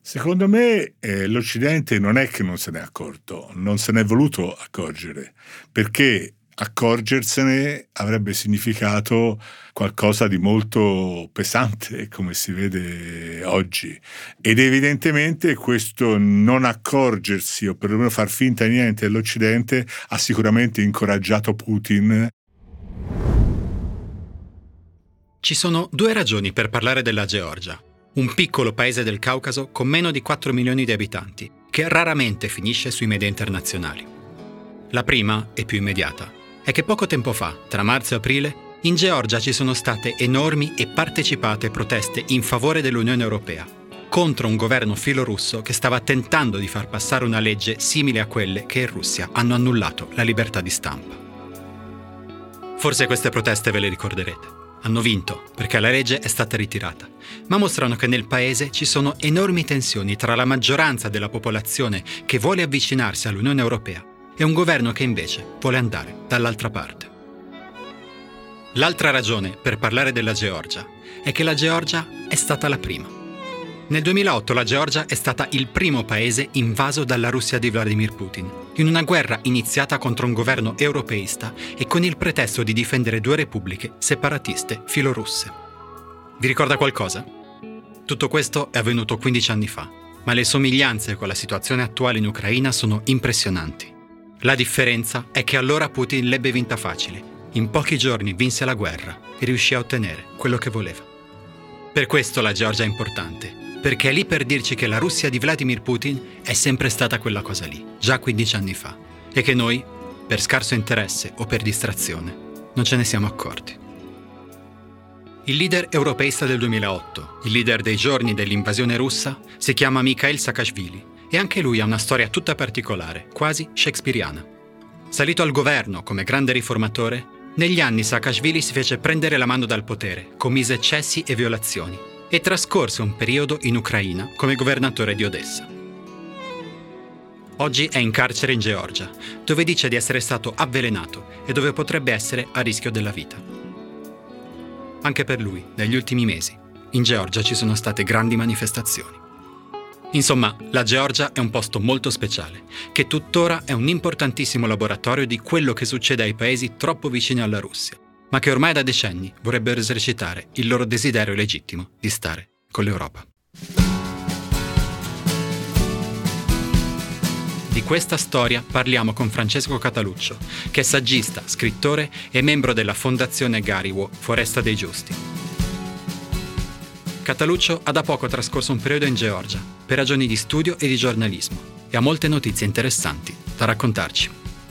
Secondo me l'Occidente non è che non se n'è accorto, non se n'è voluto accorgere, perché accorgersene avrebbe significato qualcosa di molto pesante, come si vede oggi. Ed evidentemente questo non accorgersi, o perlomeno far finta di niente dell'Occidente, ha sicuramente incoraggiato Putin. Ci sono due ragioni per parlare della Georgia, un piccolo paese del Caucaso con meno di 4 milioni di abitanti, che raramente finisce sui media internazionali. La prima, e più immediata, è che poco tempo fa, tra marzo e aprile, in Georgia ci sono state enormi e partecipate proteste in favore dell'Unione Europea, contro un governo filorusso che stava tentando di far passare una legge simile a quelle che in Russia hanno annullato la libertà di stampa. Forse queste proteste ve le ricorderete. Hanno vinto perché la legge è stata ritirata, ma mostrano che nel paese ci sono enormi tensioni tra la maggioranza della popolazione che vuole avvicinarsi all'Unione Europea e un governo che invece vuole andare dall'altra parte. L'altra ragione per parlare della Georgia è che la Georgia è stata la prima. Nel 2008 la Georgia è stata il primo paese invaso dalla Russia di Vladimir Putin, in una guerra iniziata contro un governo europeista e con il pretesto di difendere due repubbliche separatiste filorusse. Vi ricorda qualcosa? Tutto questo è avvenuto 15 anni fa, ma le somiglianze con la situazione attuale in Ucraina sono impressionanti. La differenza è che allora Putin l'ebbe vinta facile. In pochi giorni vinse la guerra e riuscì a ottenere quello che voleva. Per questo la Georgia è importante, perché è lì per dirci che la Russia di Vladimir Putin è sempre stata quella cosa lì, già 15 anni fa, e che noi, per scarso interesse o per distrazione, non ce ne siamo accorti. Il leader europeista del 2008, il leader dei giorni dell'invasione russa, si chiama Mikhail Saakashvili e anche lui ha una storia tutta particolare, quasi shakespeariana. Salito al governo come grande riformatore, negli anni Saakashvili si fece prendere la mano dal potere, commise eccessi e violazioni e trascorse un periodo in Ucraina come governatore di Odessa. Oggi è in carcere in Georgia, dove dice di essere stato avvelenato e dove potrebbe essere a rischio della vita. Anche per lui, negli ultimi mesi, in Georgia ci sono state grandi manifestazioni. Insomma, la Georgia è un posto molto speciale, che tuttora è un importantissimo laboratorio di quello che succede ai paesi troppo vicini alla Russia, ma che ormai da decenni vorrebbero esercitare il loro desiderio legittimo di stare con l'Europa. Di questa storia parliamo con Francesco Cataluccio, che è saggista, scrittore e membro della Fondazione Gariwo Foresta dei Giusti. Cataluccio ha da poco trascorso un periodo in Georgia per ragioni di studio e di giornalismo e ha molte notizie interessanti da raccontarci.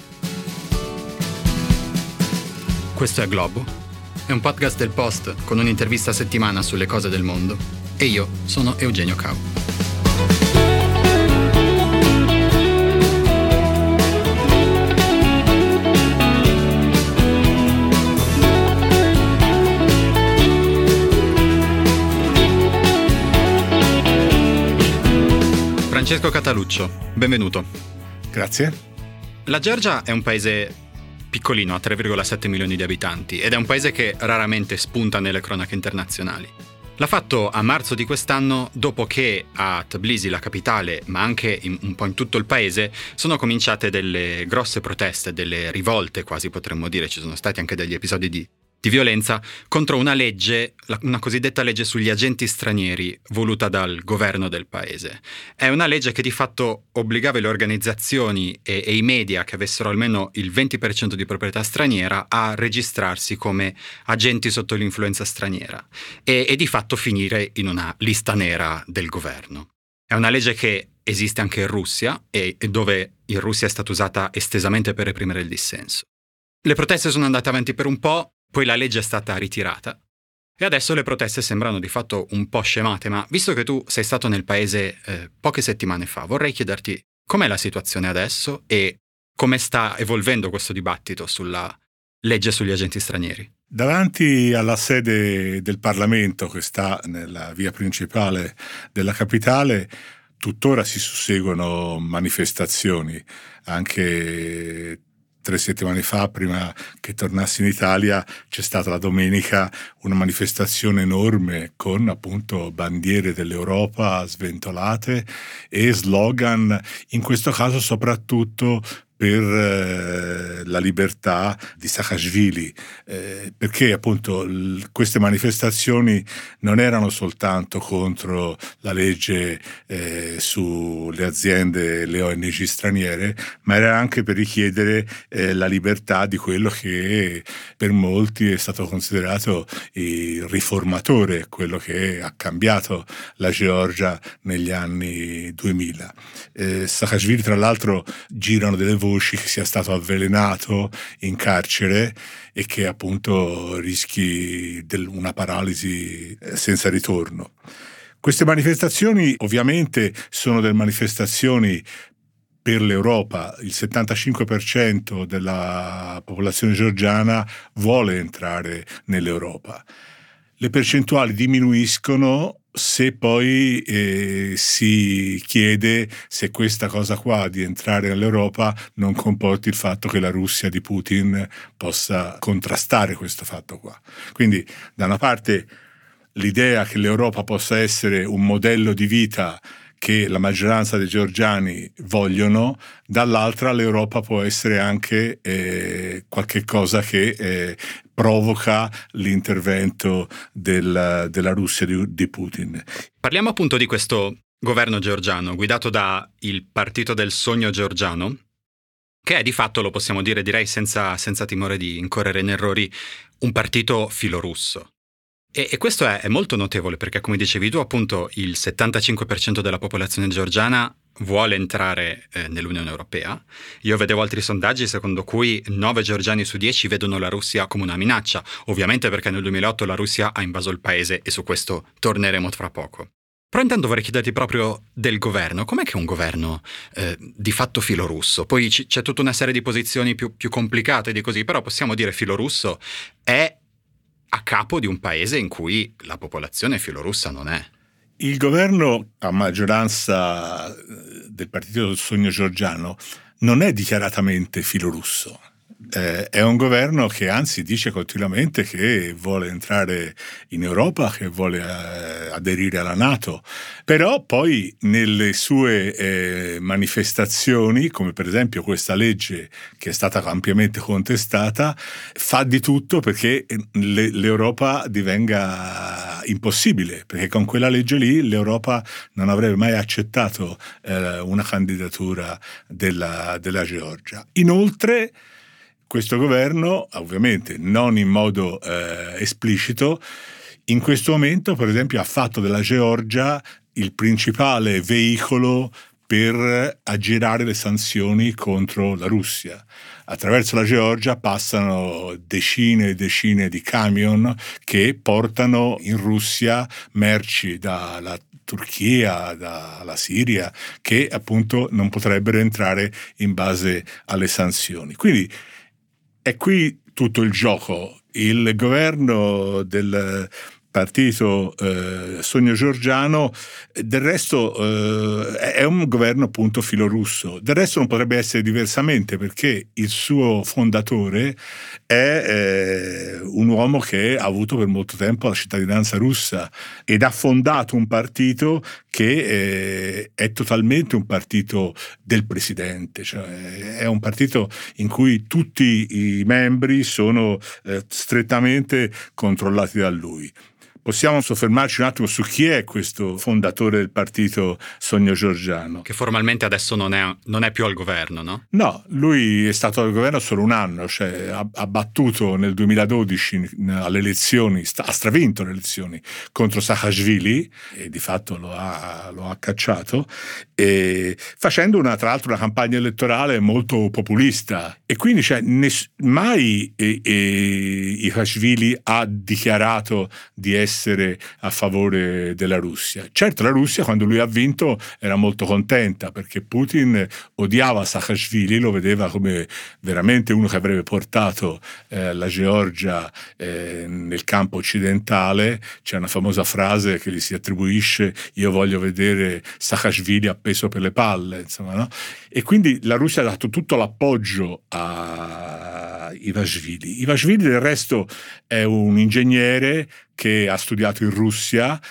Questo è Globo, è un podcast del Post con un'intervista a settimana sulle cose del mondo e io sono Eugenio Cau. Francesco Cataluccio, benvenuto. Grazie. La Georgia è un paese piccolino, ha 3,7 milioni di abitanti, ed è un paese che raramente spunta nelle cronache internazionali. L'ha fatto a marzo di quest'anno, dopo che a Tbilisi, la capitale, ma anche un po' in tutto il paese, sono cominciate delle grosse proteste, delle rivolte quasi potremmo dire, ci sono stati anche degli episodi di violenza contro una legge, una cosiddetta legge sugli agenti stranieri voluta dal governo del paese. È una legge che di fatto obbligava le organizzazioni e i media che avessero almeno il 20% di proprietà straniera a registrarsi come agenti sotto l'influenza straniera e di fatto finire in una lista nera del governo. È una legge che esiste anche in Russia e dove in Russia è stata usata estesamente per reprimere il dissenso. Le proteste sono andate avanti per un po', poi la legge è stata ritirata e adesso le proteste sembrano di fatto un po' scemate, ma visto che tu sei stato nel paese poche settimane fa, vorrei chiederti com'è la situazione adesso e come sta evolvendo questo dibattito sulla legge sugli agenti stranieri. Davanti alla sede del Parlamento, che sta nella via principale della capitale, tuttora si susseguono manifestazioni, anche 3 settimane fa, prima che tornassi in Italia, c'è stata la domenica una manifestazione enorme con appunto bandiere dell'Europa sventolate e slogan, in questo caso soprattutto per la libertà di Saakashvili, perché appunto queste manifestazioni non erano soltanto contro la legge sulle aziende, le ONG straniere, ma era anche per richiedere la libertà di quello che per molti è stato considerato il riformatore, quello che ha cambiato la Georgia negli anni 2000. Saakashvili, tra l'altro, girano delle voci che sia stato avvelenato in carcere e che appunto rischi una paralisi senza ritorno. Queste manifestazioni ovviamente sono delle manifestazioni per l'Europa. Il 75% della popolazione georgiana vuole entrare nell'Europa. Le percentuali diminuiscono se poi si chiede se questa cosa qua di entrare nell'Europa non comporti il fatto che la Russia di Putin possa contrastare questo fatto qua. Quindi da una parte l'idea che l'Europa possa essere un modello di vita che la maggioranza dei georgiani vogliono, dall'altra l'Europa può essere anche qualche cosa che provoca l'intervento della Russia di Putin. Parliamo appunto di questo governo georgiano guidato da il Partito del Sogno Georgiano, che è di fatto, lo possiamo dire, direi senza timore di incorrere in errori, un partito filorusso. E questo è molto notevole perché, come dicevi tu, appunto il 75% della popolazione georgiana vuole entrare nell'Unione Europea. Io vedevo altri sondaggi secondo cui 9 georgiani su 10 vedono la Russia come una minaccia, ovviamente perché nel 2008 la Russia ha invaso il paese e su questo torneremo tra poco. Però intanto vorrei chiederti proprio del governo. Com'è che un governo di fatto filorusso? Poi c'è tutta una serie di posizioni più complicate di così, però possiamo dire filorusso è a capo di un paese in cui la popolazione filorussa non è. Il governo a maggioranza del Partito del Sogno Georgiano non è dichiaratamente filorusso. È un governo che anzi dice continuamente che vuole entrare in Europa, che vuole aderire alla NATO, però poi nelle sue manifestazioni, come per esempio questa legge che è stata ampiamente contestata, fa di tutto perché l'Europa divenga impossibile, perché con quella legge lì l'Europa non avrebbe mai accettato una candidatura della Georgia. Inoltre questo governo, ovviamente non in modo esplicito, in questo momento per esempio ha fatto della Georgia il principale veicolo per aggirare le sanzioni contro la Russia. Attraverso la Georgia passano decine e decine di camion che portano in Russia merci dalla Turchia, dalla Siria, che appunto non potrebbero entrare in base alle sanzioni. Quindi è qui tutto il gioco. Il governo del Partito Sogno Georgiano, del resto è un governo appunto filorusso. Del resto non potrebbe essere diversamente perché il suo fondatore è un uomo che ha avuto per molto tempo la cittadinanza russa ed ha fondato un partito che è totalmente un partito del presidente, cioè è un partito in cui tutti i membri sono strettamente controllati da lui. Possiamo soffermarci un attimo su chi è questo fondatore del Partito Sogno Georgiano. Che formalmente adesso non è più al governo, no? No, lui è stato al governo solo un anno, cioè ha battuto nel 2012 alle elezioni, ha stravinto le elezioni contro Saakashvili e di fatto lo ha cacciato, e facendo tra l'altro una campagna elettorale molto populista. E quindi mai Saakashvili ha dichiarato di essere essere a favore della Russia. Certo, la Russia quando lui ha vinto era molto contenta, perché Putin odiava Saakashvili, lo vedeva come veramente uno che avrebbe portato la Georgia nel campo occidentale. C'è una famosa frase che gli si attribuisce: io voglio vedere Saakashvili appeso per le palle, insomma, no? E quindi la Russia ha dato tutto l'appoggio a Ivashvili. Ivashvili del resto è un ingegnere che ha studiato in Russia,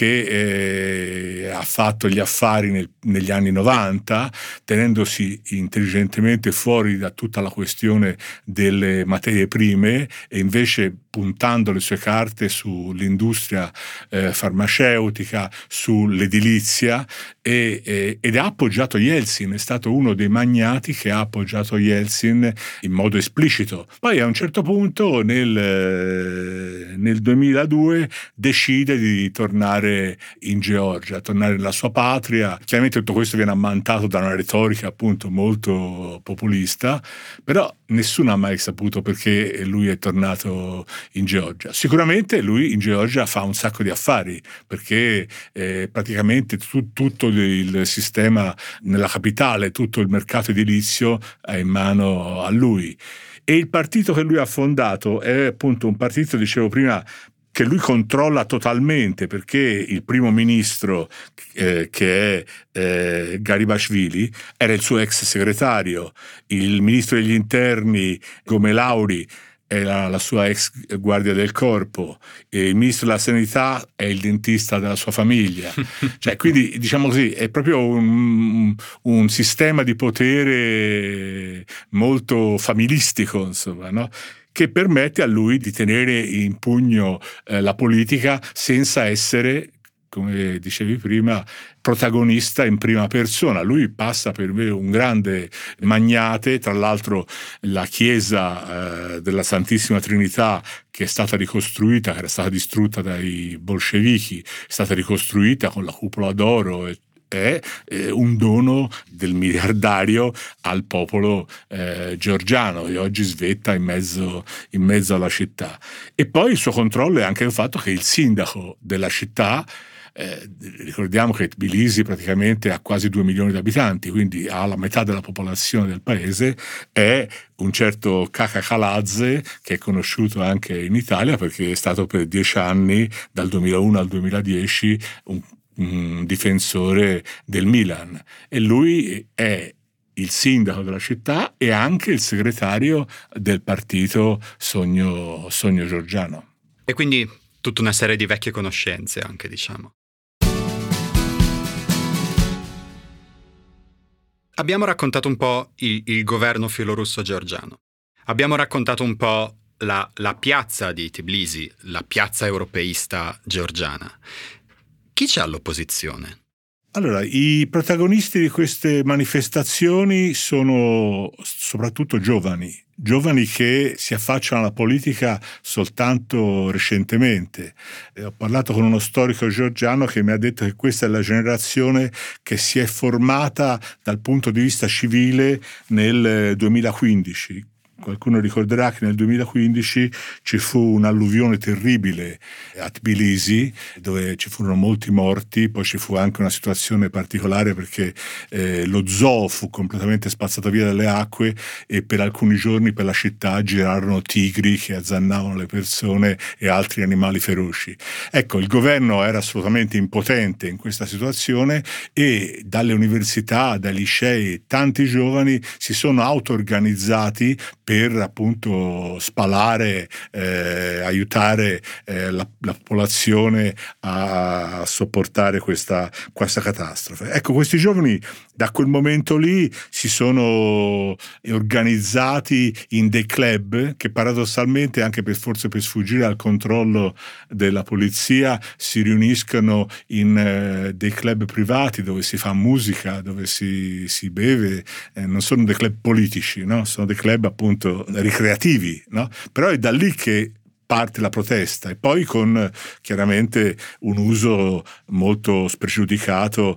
che ha fatto gli affari negli anni 90, tenendosi intelligentemente fuori da tutta la questione delle materie prime e invece puntando le sue carte sull'industria farmaceutica, sull'edilizia, ed ha appoggiato Yeltsin, è stato uno dei magnati che ha appoggiato Yeltsin in modo esplicito. Poi a un certo punto nel 2002 decide di tornare in Georgia, tornare nella sua patria. Chiaramente tutto questo viene ammantato da una retorica appunto molto populista, però nessuno ha mai saputo perché lui è tornato in Georgia. Sicuramente lui in Georgia fa un sacco di affari, perché praticamente tutto il sistema nella capitale, tutto il mercato edilizio è in mano a lui. E il partito che lui ha fondato è appunto un partito, dicevo prima, che lui controlla totalmente, perché il primo ministro che è Garibashvili era il suo ex segretario, il ministro degli interni Gomelauri è la sua ex guardia del corpo, e il ministro della sanità è il dentista della sua famiglia. Cioè, quindi diciamo così, è proprio un sistema di potere molto familistico, insomma, no? Che permette a lui di tenere in pugno la politica senza essere, come dicevi prima, protagonista in prima persona. Lui passa per me un grande magnate. Tra l'altro la chiesa della Santissima Trinità, che è stata ricostruita, che era stata distrutta dai bolscevichi, è stata ricostruita con la cupola d'oro, è un dono del miliardario al popolo georgiano, e oggi svetta in mezzo alla città. E poi il suo controllo è anche il fatto che il sindaco della città, ricordiamo che Tbilisi praticamente ha quasi 2 milioni di abitanti, quindi ha la metà della popolazione del paese, è un certo Kaka Kaladze, che è conosciuto anche in Italia perché è stato per 10 anni, dal 2001 al 2010, un difensore del Milan, e lui è il sindaco della città e anche il segretario del partito Sogno Georgiano. E quindi tutta una serie di vecchie conoscenze anche, diciamo. Abbiamo raccontato un po' il governo filorusso georgiano. Abbiamo raccontato un po' la piazza di Tbilisi, la piazza europeista georgiana. Chi c'è all'opposizione? Allora, i protagonisti di queste manifestazioni sono soprattutto giovani che si affacciano alla politica soltanto recentemente. Ho parlato con uno storico georgiano che mi ha detto che questa è la generazione che si è formata dal punto di vista civile nel 2015. Qualcuno ricorderà che nel 2015 ci fu un'alluvione terribile a Tbilisi, dove ci furono molti morti. Poi ci fu anche una situazione particolare perché lo zoo fu completamente spazzato via dalle acque, e per alcuni giorni per la città girarono tigri che azzannavano le persone e altri animali feroci. Ecco, il governo era assolutamente impotente in questa situazione, e dalle università, dai licei, tanti giovani si sono auto-organizzati per appunto spalare, aiutare la popolazione a sopportare questa catastrofe. Ecco, questi giovani da quel momento lì si sono organizzati in dei club che paradossalmente, anche forse per sfuggire al controllo della polizia, si riuniscono in dei club privati dove si fa musica, dove si beve. Non sono dei club politici, no? Sono dei club appunto ricreativi, no? Però è da lì che parte la protesta, e poi con chiaramente un uso molto spregiudicato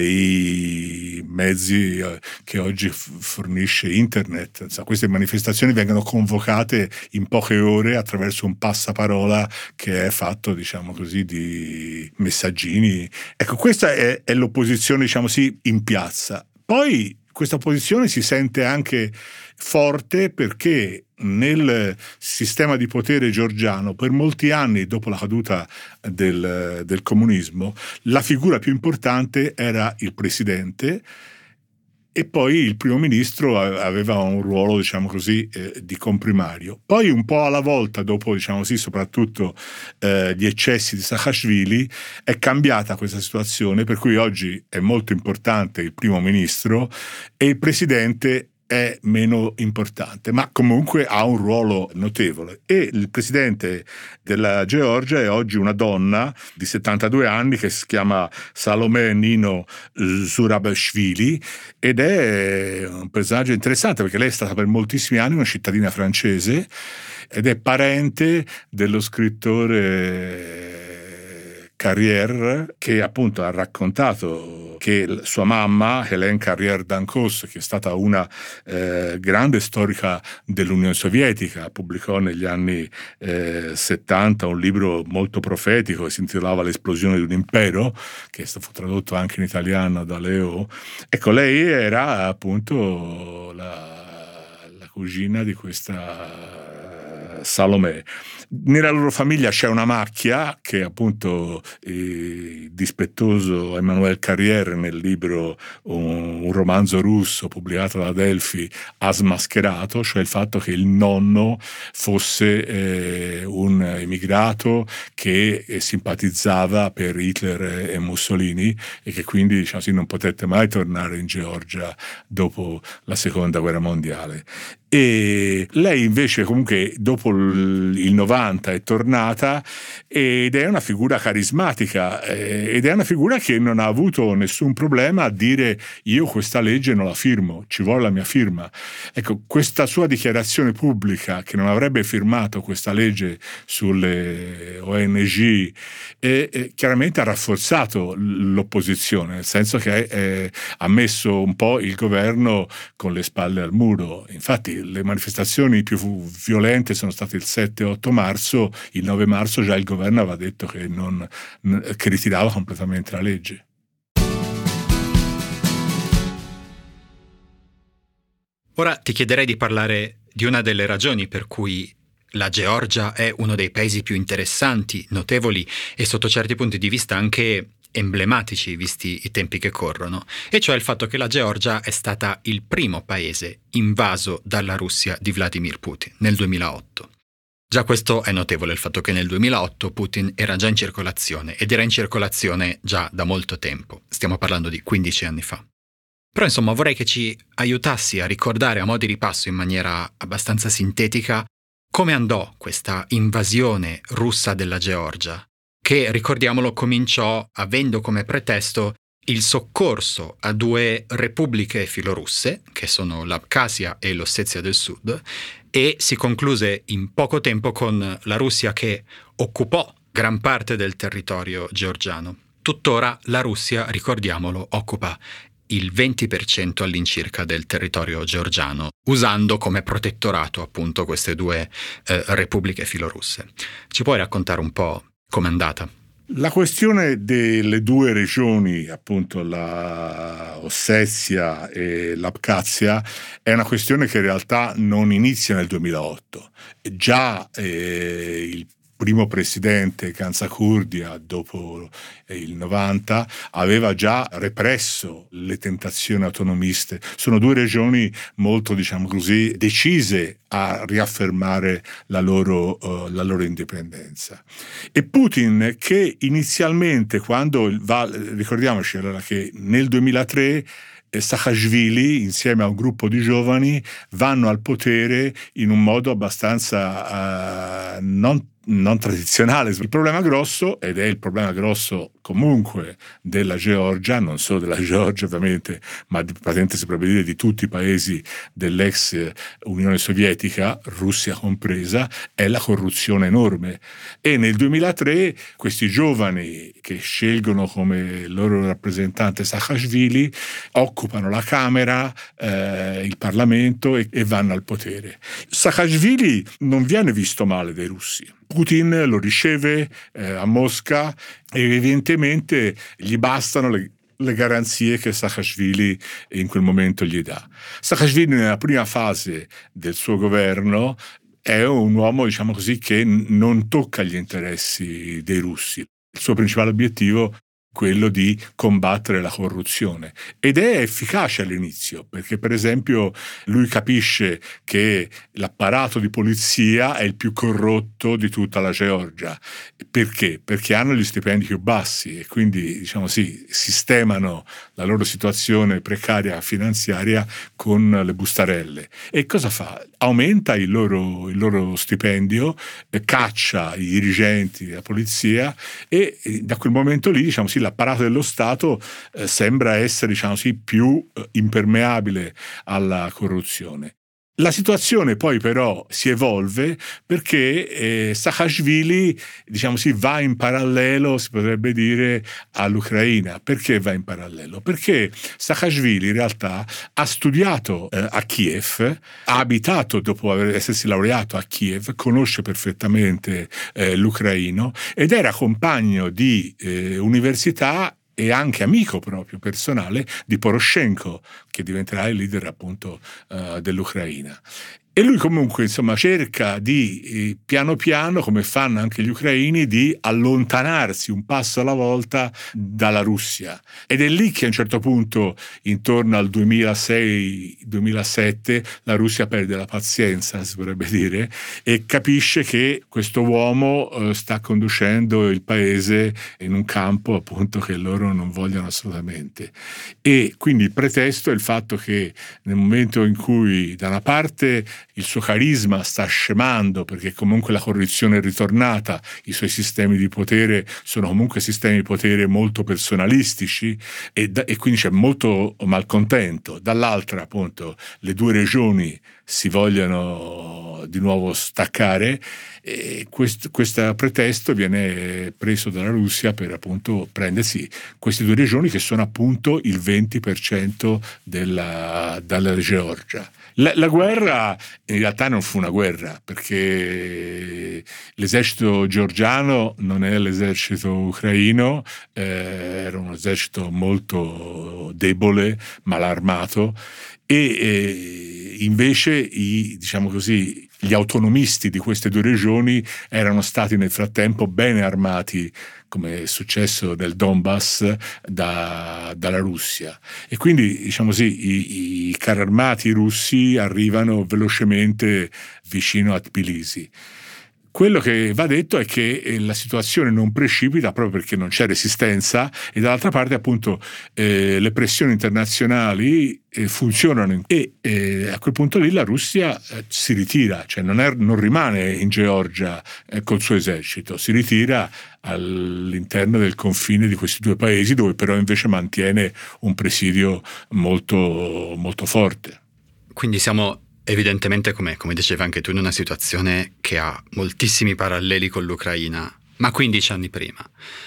dei mezzi che oggi fornisce internet. Insomma, queste manifestazioni vengono convocate in poche ore attraverso un passaparola che è fatto, diciamo così, di messaggini. Ecco, questa è l'opposizione, diciamo sì, in piazza. Poi questa opposizione si sente anche forte perché nel sistema di potere georgiano, per molti anni dopo la caduta del comunismo, la figura più importante era il presidente, e poi il primo ministro aveva un ruolo, diciamo così, di comprimario. Poi un po' alla volta, dopo, diciamo sì, soprattutto gli eccessi di Saakashvili, è cambiata questa situazione, per cui oggi è molto importante il primo ministro e il presidente è meno importante, ma comunque ha un ruolo notevole. E il presidente della Georgia è oggi una donna di 72 anni che si chiama Salome Nino Zurabashvili, ed è un personaggio interessante perché lei è stata per moltissimi anni una cittadina francese ed è parente dello scrittore Carrière, che appunto ha raccontato che sua mamma, Hélène Carrière d'Ancos, che è stata una grande storica dell'Unione Sovietica, pubblicò negli anni 70 un libro molto profetico che si intitolava L'esplosione di un impero, che fu tradotto anche in italiano da Leo. Ecco, lei era appunto la cugina di questa Salomè. Nella loro famiglia c'è una macchia che appunto il dispettoso Emmanuel Carrière nel libro un romanzo russo pubblicato da Delphi ha smascherato, cioè il fatto che il nonno fosse un emigrato che simpatizzava per Hitler e Mussolini e che quindi, diciamo così, non potette mai tornare in Georgia dopo la seconda guerra mondiale. E lei invece comunque dopo il 90 è tornata ed è una figura carismatica ed è una figura che non ha avuto nessun problema a dire io questa legge non la firmo, ci vuole la mia firma. Ecco, questa sua dichiarazione pubblica che non avrebbe firmato questa legge sulle ONG chiaramente ha rafforzato l'opposizione, nel senso che ha messo un po' il governo con le spalle al muro. Infatti le manifestazioni più violente sono state il 7-8 marzo, il 9 marzo già il governo aveva detto che ritirava completamente la legge. Ora ti chiederei di parlare di una delle ragioni per cui la Georgia è uno dei paesi più interessanti, notevoli e sotto certi punti di vista anche emblematici visti i tempi che corrono, e cioè il fatto che la Georgia è stata il primo paese invaso dalla Russia di Vladimir Putin nel 2008. Già questo è notevole, il fatto che nel 2008 Putin era già in circolazione ed era in circolazione già da molto tempo, stiamo parlando di 15 anni fa. Però insomma vorrei che ci aiutassi a ricordare a mo' di ripasso in maniera abbastanza sintetica come andò questa invasione russa della Georgia, che, ricordiamolo, cominciò avendo come pretesto il soccorso a due repubbliche filorusse, che sono l'Abkhazia e l'Ossetia del Sud, e si concluse in poco tempo con la Russia che occupò gran parte del territorio georgiano. Tuttora la Russia, ricordiamolo, occupa il 20% all'incirca del territorio georgiano, usando come protettorato appunto queste due repubbliche filorusse. Ci puoi raccontare un po' com'è andata? La questione delle due regioni, appunto la Ossetia e l'Abkhazia, è una questione che in realtà non inizia nel 2008. Già il primo presidente Gansakurdia dopo il 90 aveva già represso le tentazioni autonomiste. Sono due regioni molto, diciamo così, decise a riaffermare la loro indipendenza. E Putin, che inizialmente ricordiamoci allora che nel 2003 Saakashvili insieme a un gruppo di giovani vanno al potere in un modo abbastanza non non tradizionale. Il problema grosso, ed è il problema grosso comunque della Georgia, non solo della Georgia ovviamente, ma praticamente si potrebbe dire di tutti i paesi dell'ex Unione Sovietica, Russia compresa, è la corruzione enorme. E nel 2003 questi giovani che scelgono come loro rappresentante Saakashvili occupano la Camera, il Parlamento e vanno al potere. Saakashvili non viene visto male dai russi. Putin lo riceve a Mosca e evidentemente gli bastano le garanzie che Saakashvili in quel momento gli dà. Saakashvili nella prima fase del suo governo è un uomo, diciamo così, che non tocca gli interessi dei russi. Il suo principale obiettivo quello di combattere la corruzione, ed è efficace all'inizio, perché per esempio lui capisce che l'apparato di polizia è il più corrotto di tutta la Georgia. Perché? Perché hanno gli stipendi più bassi e quindi, diciamo, sistemano la loro situazione precaria finanziaria con le bustarelle. E cosa fa? Aumenta il loro stipendio, caccia i dirigenti della polizia e da quel momento lì, diciamo l'apparato dello Stato sembra essere, diciamo più impermeabile alla corruzione. La situazione poi però si evolve perché Saakashvili, diciamo va in parallelo, si potrebbe dire, all'Ucraina. Perché va in parallelo? Perché Saakashvili in realtà ha studiato a Kiev, ha abitato dopo essersi laureato a Kiev, conosce perfettamente l'ucraino ed era compagno di università e anche amico proprio personale di Poroshenko, che diventerà il leader appunto dell'Ucraina. E lui comunque cerca di piano piano, come fanno anche gli ucraini, di allontanarsi un passo alla volta dalla Russia. Ed è lì che a un certo punto, intorno al 2006-2007, la Russia perde la pazienza, si potrebbe dire, e capisce che questo uomo sta conducendo il paese in un campo appunto che loro non vogliono assolutamente. E quindi il pretesto è il fatto che nel momento in cui da una parte il suo carisma sta scemando perché comunque la corruzione è ritornata, i suoi sistemi di potere sono comunque sistemi di potere molto personalistici e quindi c'è molto malcontento. Dall'altra appunto le due regioni si vogliono di nuovo staccare e questo pretesto viene preso dalla Russia per appunto prendersi queste due regioni che sono appunto il 20% dalla Georgia. La guerra in realtà non fu una guerra, perché l'esercito georgiano non è l'esercito ucraino, era un esercito molto debole, malarmato, e invece diciamo così, gli autonomisti di queste due regioni erano stati nel frattempo bene armati, come è successo nel Donbass, dalla Russia. E quindi, diciamo così, i carri armati russi arrivano velocemente vicino a Tbilisi. Quello che va detto è che la situazione non precipita proprio perché non c'è resistenza e dall'altra parte appunto le pressioni internazionali funzionano e a quel punto lì la Russia si ritira, cioè non rimane in Georgia col suo esercito, si ritira all'interno del confine di questi due paesi dove però invece mantiene un presidio molto, molto forte. Quindi siamo evidentemente, come diceva anche tu, in una situazione che ha moltissimi paralleli con l'Ucraina, ma 15 anni prima.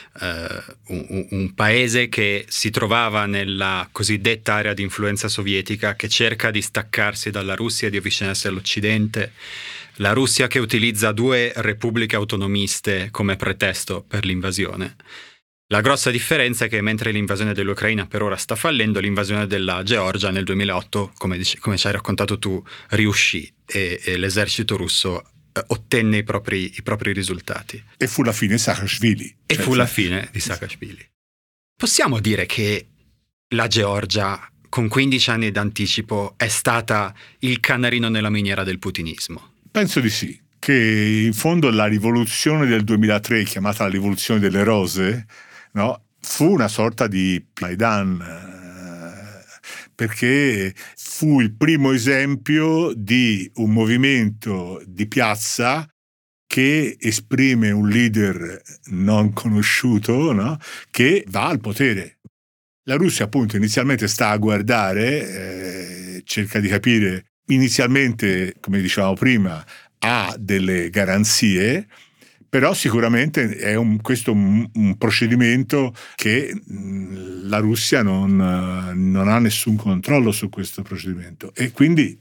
Un paese che si trovava nella cosiddetta area di influenza sovietica, che cerca di staccarsi dalla Russia e di avvicinarsi all'Occidente. La Russia che utilizza due repubbliche autonomiste come pretesto per l'invasione. La grossa differenza è che mentre l'invasione dell'Ucraina per ora sta fallendo, l'invasione della Georgia nel 2008, come ci hai raccontato tu, riuscì e l'esercito russo ottenne i propri risultati. E fu la fine Saakashvili. La fine di Saakashvili. Possiamo dire che la Georgia, con 15 anni d'anticipo, è stata il canarino nella miniera del putinismo? Penso di sì, che in fondo la rivoluzione del 2003, chiamata la rivoluzione delle rose, no, fu una sorta di Maidan, perché fu il primo esempio di un movimento di piazza che esprime un leader non conosciuto, no? Che va al potere. La Russia appunto inizialmente sta a guardare, cerca di capire, inizialmente, come dicevamo prima, ha delle garanzie, però sicuramente è questo un procedimento che la Russia non ha nessun controllo su questo procedimento, e quindi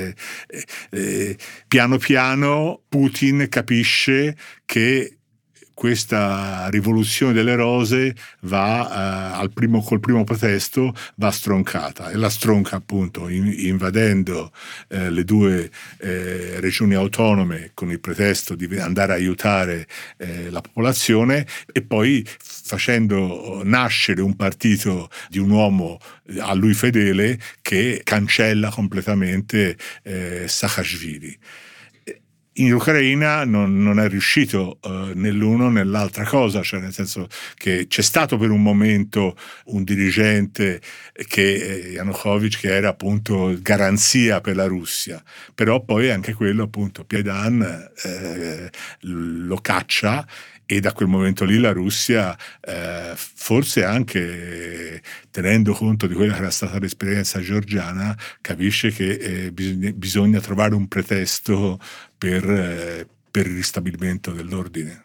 piano piano Putin capisce che questa rivoluzione delle rose va col primo pretesto va stroncata, e la stronca appunto invadendo le due regioni autonome con il pretesto di andare a aiutare la popolazione, e poi facendo nascere un partito di un uomo a lui fedele che cancella completamente Saakashvili. In Ucraina non è riuscito né l'uno né l'altra cosa, cioè nel senso che c'è stato per un momento un dirigente Yanukovych, che era appunto garanzia per la Russia, però poi anche quello appunto Maidan lo caccia, e da quel momento lì la Russia, forse anche tenendo conto di quella che era stata l'esperienza georgiana, capisce che bisogna trovare un pretesto per il ristabilimento dell'ordine.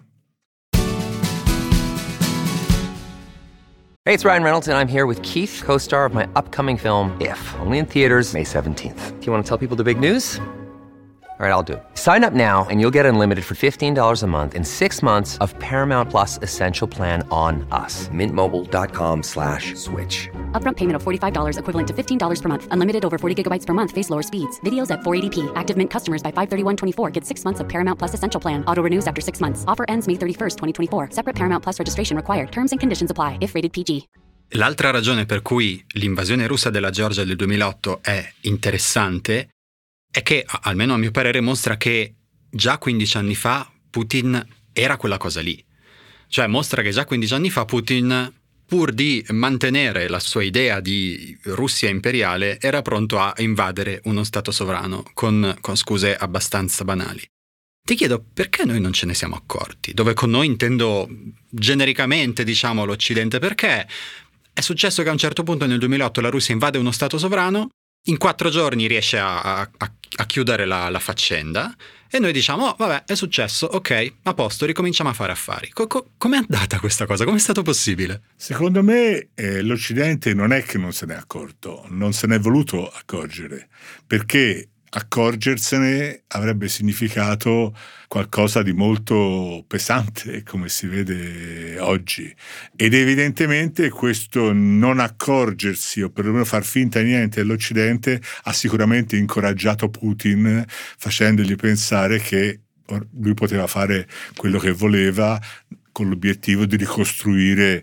Hey, it's Ryan Reynolds, and I'm here with Keith, co-star of my upcoming film, If, only in theaters May 17th. Do you want to tell people the big news? All right, I'll do it. Sign up now and you'll get unlimited for $15 a month and 6 months of Paramount Plus Essential Plan on us. MintMobile.com/switch. Upfront payment of $45 equivalent to $15 per month. Unlimited over 40 gigabytes per month. Face lower speeds. Videos at 480p. Active Mint customers by 531.24 get 6 months of Paramount Plus Essential Plan. Auto renews after 6 months. Offer ends May 31st, 2024. Separate Paramount Plus registration required. Terms and conditions apply if rated PG. L'altra ragione per cui l'invasione russa della Georgia del 2008 è interessante è che, almeno a mio parere, mostra che già 15 anni fa Putin era quella cosa lì. Cioè mostra che già 15 anni fa Putin, pur di mantenere la sua idea di Russia imperiale, era pronto a invadere uno stato sovrano con scuse abbastanza banali. Ti chiedo perché noi non ce ne siamo accorti, dove con noi intendo genericamente, diciamo, l'Occidente, perché è successo che a un certo punto nel 2008 la Russia invade uno stato sovrano, in 4 giorni riesce a chiudere la faccenda, e noi diciamo oh, vabbè, è successo, ok, a posto, ricominciamo a fare affari. Com'è andata questa cosa? Com'è stato possibile? Secondo me l'Occidente non è che non se n'è accorto, non se n'è voluto accorgere, perché accorgersene avrebbe significato qualcosa di molto pesante, come si vede oggi, ed evidentemente questo non accorgersi, o perlomeno far finta di niente dell'Occidente, ha sicuramente incoraggiato Putin, facendogli pensare che lui poteva fare quello che voleva, con l'obiettivo di ricostruire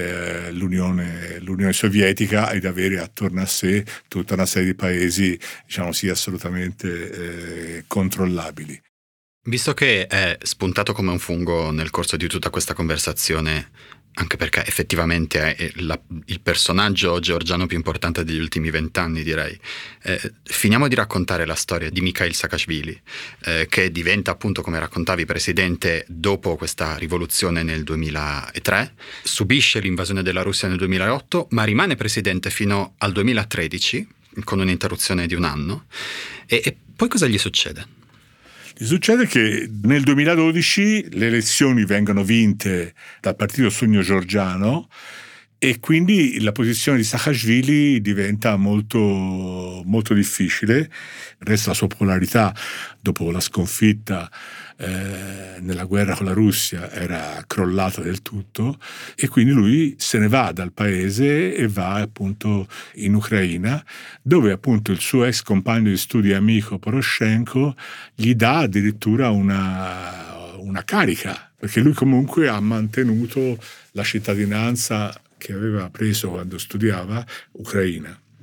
l'Unione Sovietica ed avere attorno a sé tutta una serie di paesi, diciamo, sì, assolutamente controllabili. Visto che è spuntato come un fungo nel corso di tutta questa conversazione, anche perché effettivamente è il personaggio georgiano più importante degli ultimi 20 anni, direi. Finiamo di raccontare la storia di Mikhail Saakashvili, che diventa, appunto, come raccontavi, presidente dopo questa rivoluzione nel 2003, subisce l'invasione della Russia nel 2008, ma rimane presidente fino al 2013, con un'interruzione di un anno. E poi cosa gli succede? Gli succede che nel 2012 le elezioni vengono vinte dal partito Sogno Georgiano, e quindi la posizione di Saakashvili diventa molto, molto difficile. Resta la sua popolarità dopo la sconfitta nella guerra con la Russia era crollata del tutto, e quindi lui se ne va dal paese e va appunto in Ucraina, dove appunto il suo ex compagno di studi e amico Poroshenko gli dà addirittura una carica, perché lui comunque ha mantenuto la cittadinanza che aveva preso quando studiava ucraina.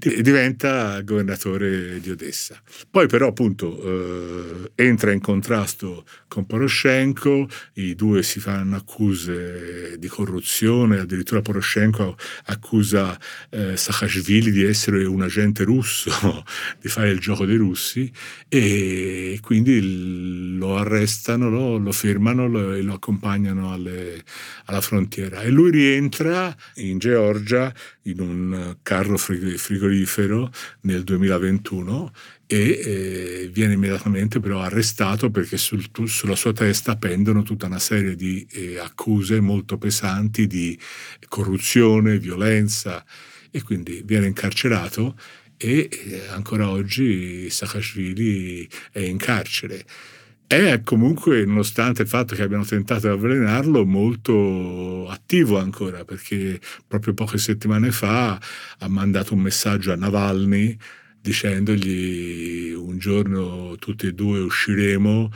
e diventa governatore di Odessa. Poi però appunto entra in contrasto con Poroshenko, i due si fanno accuse di corruzione, addirittura Poroshenko accusa Saakashvili di essere un agente russo, di fare il gioco dei russi, e quindi lo arrestano, lo fermano e lo accompagnano alla frontiera. E lui rientra in Georgia in un carro frigorifero nel 2021 e viene immediatamente però arrestato perché sulla sua testa pendono tutta una serie di accuse molto pesanti di corruzione, violenza, e quindi viene incarcerato e ancora oggi Saakashvili è in carcere. È comunque, nonostante il fatto che abbiano tentato di avvelenarlo, molto attivo ancora, perché proprio poche settimane fa ha mandato un messaggio a Navalny dicendogli: un giorno tutti e due usciremo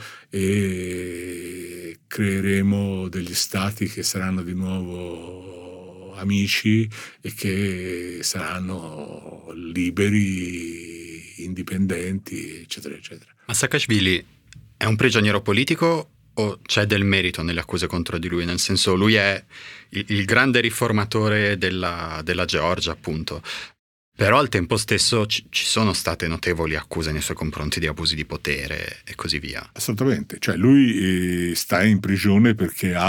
e creeremo degli stati che saranno di nuovo amici e che saranno liberi, indipendenti, eccetera, eccetera. Ma Saakashvili è un prigioniero politico o c'è del merito nelle accuse contro di lui? Nel senso, lui è il grande riformatore della Georgia, appunto. Però al tempo stesso ci sono state notevoli accuse nei suoi confronti di abusi di potere e così via. Assolutamente, cioè lui sta in prigione perché ha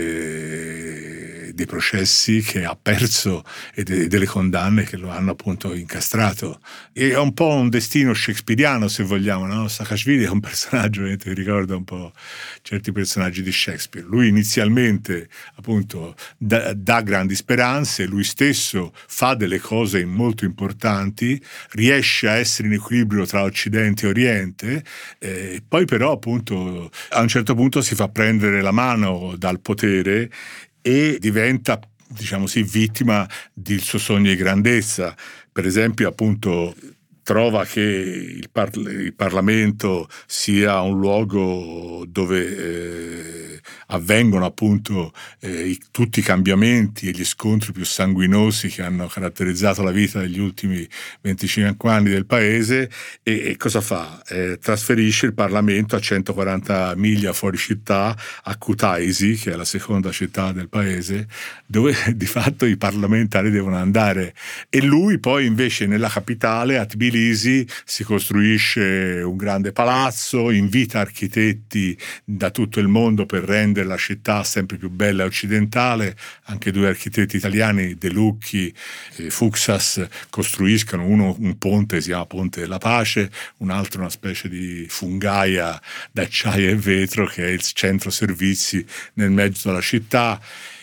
dei processi che ha perso e delle condanne che lo hanno appunto incastrato. E è un po' un destino shakespeariano, se vogliamo, no? Saakashvili è un personaggio che ricorda un po' certi personaggi di Shakespeare. Lui inizialmente appunto dà grandi speranze, lui stesso fa delle cose molto importanti, riesce a essere in equilibrio tra Occidente e Oriente, poi però appunto a un certo punto si fa prendere la mano dal potere e diventa, diciamo sì, vittima del suo sogno di grandezza. Per esempio appunto trova che il Parlamento sia un luogo dove avvengono appunto tutti i cambiamenti e gli scontri più sanguinosi che hanno caratterizzato la vita degli ultimi 25 anni del paese, e cosa fa? Trasferisce il Parlamento a 140 miglia fuori città, a Kutaisi, che è la seconda città del paese, dove di fatto i parlamentari devono andare, e lui poi invece nella capitale, a Tbilisi, si costruisce un grande palazzo, invita architetti da tutto il mondo per rendere la città sempre più bella e occidentale. Anche due architetti italiani, De Lucchi e Fuxas, costruiscono uno un ponte, si chiama Ponte della Pace, un altro una specie di fungaia d'acciaio e vetro che è il centro servizi nel mezzo della città.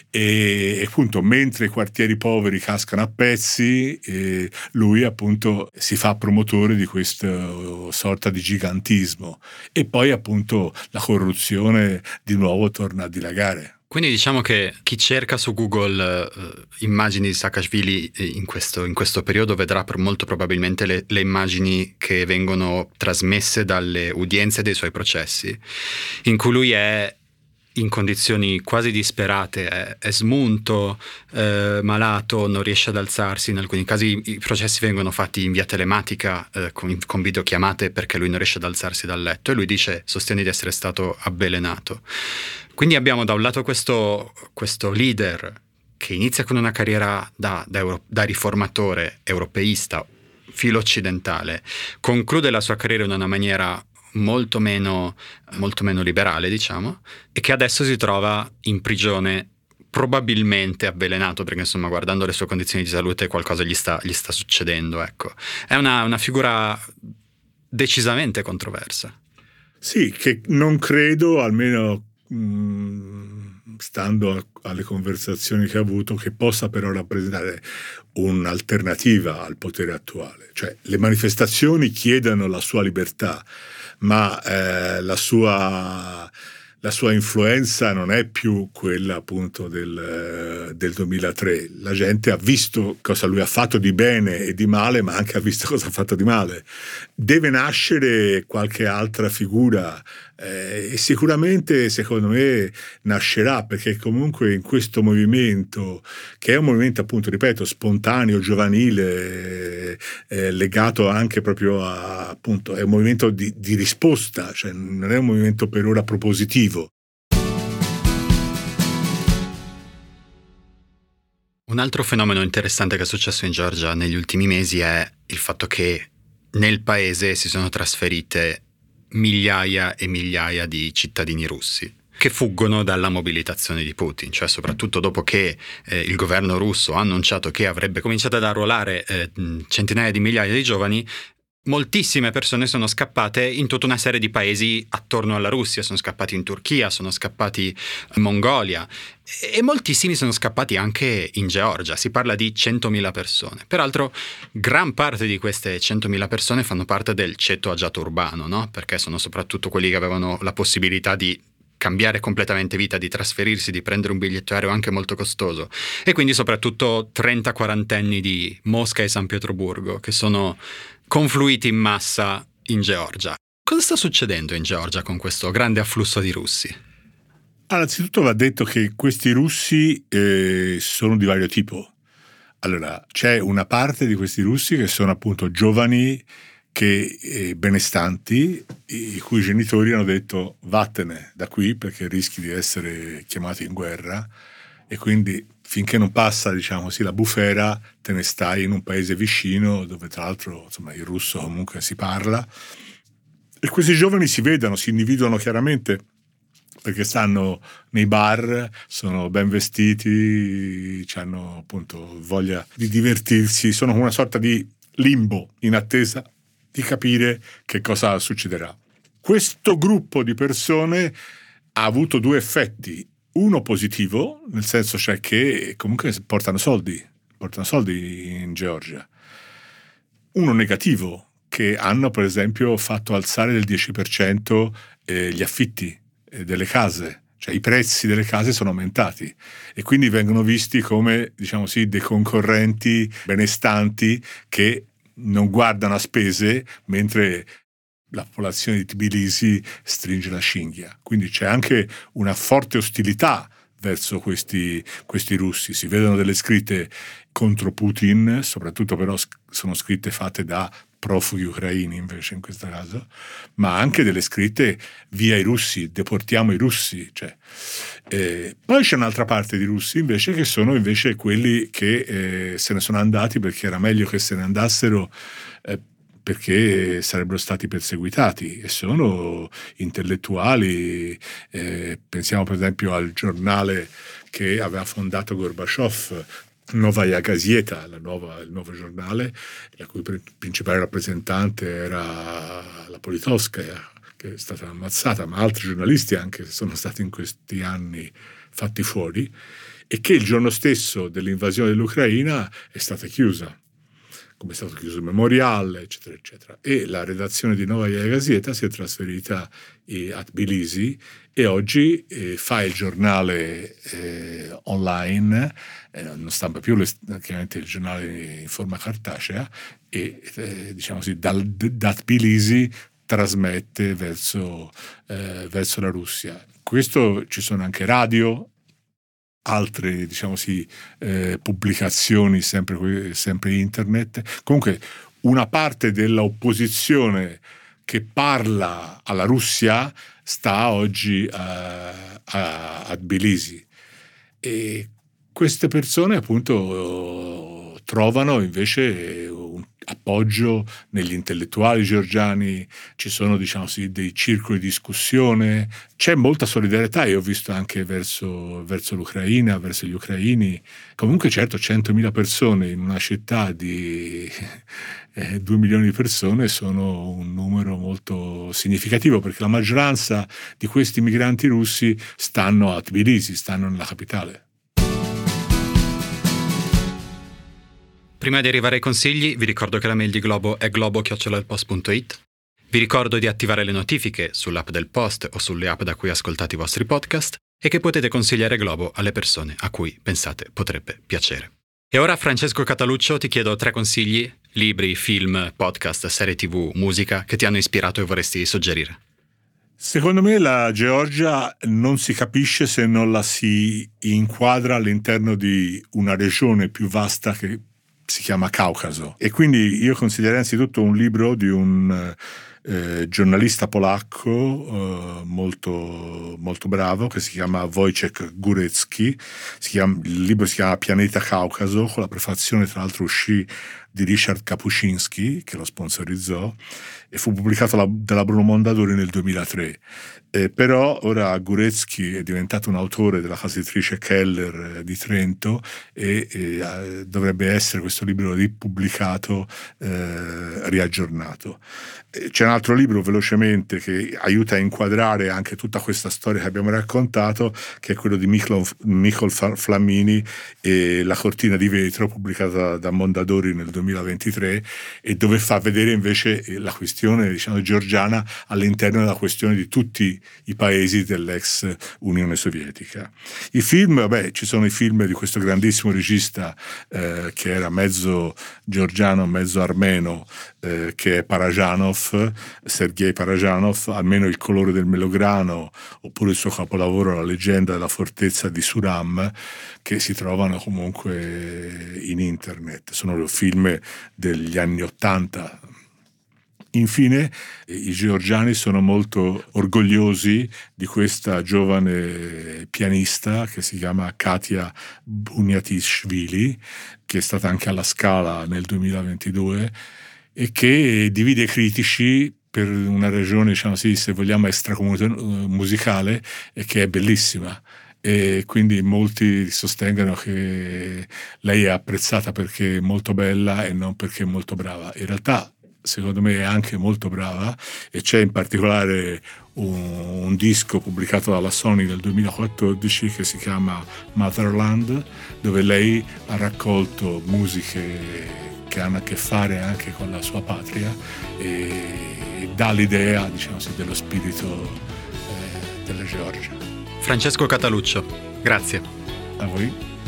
E appunto mentre i quartieri poveri cascano a pezzi, lui appunto si fa promotore di questa sorta di gigantismo, e poi appunto la corruzione di nuovo torna a dilagare. Quindi diciamo che chi cerca su Google immagini di Saakashvili in questo periodo vedrà molto probabilmente le immagini che vengono trasmesse dalle udienze dei suoi processi, in cui lui è in condizioni quasi disperate, è smunto, malato, non riesce ad alzarsi. In alcuni casi i processi vengono fatti in via telematica con videochiamate perché lui non riesce ad alzarsi dal letto, e lui sostiene di essere stato avvelenato. Quindi abbiamo da un lato questo leader che inizia con una carriera da riformatore europeista, filo occidentale, conclude la sua carriera in una maniera molto meno liberale, diciamo, e che adesso si trova in prigione, probabilmente avvelenato, perché insomma guardando le sue condizioni di salute qualcosa gli sta succedendo, ecco. È una figura decisamente controversa. Sì, che non credo, almeno stando alle conversazioni che ha avuto, che possa però rappresentare un'alternativa al potere attuale. Cioè le manifestazioni chiedono la sua libertà, ma la sua influenza non è più quella appunto del 2003. La gente ha visto cosa lui ha fatto di bene e di male, ma anche ha visto cosa ha fatto di male. Deve nascere qualche altra figura, e sicuramente secondo me nascerà, perché comunque in questo movimento, che è un movimento appunto, ripeto, spontaneo, giovanile, legato anche proprio appunto, è un movimento di risposta, cioè non è un movimento per ora propositivo. Un altro fenomeno interessante che è successo in Georgia negli ultimi mesi è il fatto che nel paese si sono trasferite migliaia e migliaia di cittadini russi che fuggono dalla mobilitazione di Putin, cioè soprattutto dopo che il governo russo ha annunciato che avrebbe cominciato ad arruolare centinaia di migliaia di giovani. Moltissime persone sono scappate in tutta una serie di paesi attorno alla Russia, sono scappati in Turchia, sono scappati in Mongolia e moltissimi sono scappati anche in Georgia, si parla di 100.000 persone. Peraltro gran parte di queste 100.000 persone fanno parte del ceto agiato urbano, no? Perché sono soprattutto quelli che avevano la possibilità di cambiare completamente vita, di trasferirsi, di prendere un biglietto aereo anche molto costoso, e quindi soprattutto 30-40enni di Mosca e San Pietroburgo che sono confluiti in massa in Georgia. Cosa sta succedendo in Georgia con questo grande afflusso di russi? Allora, innanzitutto va detto che questi russi sono di vario tipo. Allora, c'è una parte di questi russi che sono appunto giovani benestanti, i cui genitori hanno detto vattene da qui perché rischi di essere chiamati in guerra, e quindi finché non passa, diciamo sì, la bufera, te ne stai in un paese vicino dove tra l'altro insomma il russo comunque si parla, e questi giovani si vedono, si individuano chiaramente perché stanno nei bar, sono ben vestiti, hanno appunto voglia di divertirsi, sono una sorta di limbo in attesa di capire che cosa succederà. Questo gruppo di persone ha avuto due effetti. Uno positivo, nel senso cioè che comunque portano soldi in Georgia. Uno negativo, che hanno per esempio fatto alzare del 10% gli affitti delle case, cioè i prezzi delle case sono aumentati e quindi vengono visti come, diciamo sì, dei concorrenti benestanti che non guardano a spese mentre la popolazione di Tbilisi stringe la cinghia. Quindi c'è anche una forte ostilità verso questi russi. Si vedono delle scritte contro Putin, soprattutto però sono scritte fatte da profughi ucraini invece in questo caso, ma anche delle scritte via i russi, deportiamo i russi. Poi c'è un'altra parte di russi invece che sono invece quelli che se ne sono andati perché era meglio che se ne andassero perché sarebbero stati perseguitati, e sono intellettuali. Pensiamo per esempio al giornale che aveva fondato Gorbaciov, Novaya Gazeta, il nuovo giornale, la cui principale rappresentante era la Politkovskaya, che è stata ammazzata, ma altri giornalisti anche sono stati in questi anni fatti fuori, e che il giorno stesso dell'invasione dell'Ucraina è stata chiusa, come è stato chiuso il memoriale, eccetera, eccetera. E la redazione di Novaya Gazeta si è trasferita a Tbilisi e oggi fa il giornale online, non stampa più chiaramente il giornale in forma cartacea, e diciamo sì, da Tbilisi trasmette verso la Russia. Questo ci sono anche radio, altre diciamo sì, pubblicazioni, sempre internet. Comunque una parte dell'opposizione che parla alla Russia sta oggi a Tbilisi, e queste persone appunto trovano invece un appoggio negli intellettuali georgiani. Ci sono, diciamo sì, dei circoli di discussione, c'è molta solidarietà, io ho visto anche verso l'Ucraina, verso gli ucraini. Comunque certo 100.000 persone in una città di 2 milioni di persone sono un numero molto significativo, perché la maggioranza di questi migranti russi stanno a Tbilisi, stanno nella capitale. Prima di arrivare ai consigli, vi ricordo che la mail di Globo è globo@ilpost.it. Vi ricordo di attivare le notifiche sull'app del Post o sulle app da cui ascoltate i vostri podcast, e che potete consigliare Globo alle persone a cui pensate potrebbe piacere. E ora, Francesco Cataluccio, ti chiedo 3 consigli: libri, film, podcast, serie TV, musica che ti hanno ispirato e vorresti suggerire. Secondo me la Georgia non si capisce se non la si inquadra all'interno di una regione più vasta che si chiama Caucaso. E quindi io consiglierei anzitutto un libro di un giornalista polacco molto, molto bravo, che si chiama Wojciech Górecki. Il libro si chiama Pianeta Caucaso, con la prefazione tra l'altro uscì di Richard Kapuscinski, che lo sponsorizzò, e fu pubblicato dalla Bruno Mondadori nel 2003. Però ora Górecki è diventato un autore della casa editrice Keller di Trento e dovrebbe essere questo libro ripubblicato, riaggiornato. C'è un altro libro velocemente che aiuta a inquadrare anche tutta questa storia che abbiamo raccontato, che è quello di Michol Flamini e La cortina di vetro, pubblicata da Mondadori nel 2023, e dove fa vedere invece la questione, diciamo, georgiana all'interno della questione di tutti i paesi dell'ex Unione Sovietica. I film, ci sono i film di questo grandissimo regista che era mezzo georgiano, mezzo armeno, che è Parajanov, Sergei Parajanov, almeno Il colore del melograno, oppure il suo capolavoro La leggenda della fortezza di Suram, che si trovano comunque in internet. Sono film degli anni '80. Infine, i georgiani sono molto orgogliosi di questa giovane pianista che si chiama Katia Buniatishvili, che è stata anche alla Scala nel 2022 e che divide i critici per una ragione, diciamo sì, se vogliamo, extramusicale, e che è bellissima. E quindi molti sostengono che lei è apprezzata perché è molto bella e non perché è molto brava. In realtà, secondo me, è anche molto brava, e c'è in particolare un disco pubblicato dalla Sony nel 2014 che si chiama Motherland, dove lei ha raccolto musiche che hanno a che fare anche con la sua patria e dà l'idea, diciamo, dello spirito della Georgia. Francesco Cataluccio, grazie. A voi.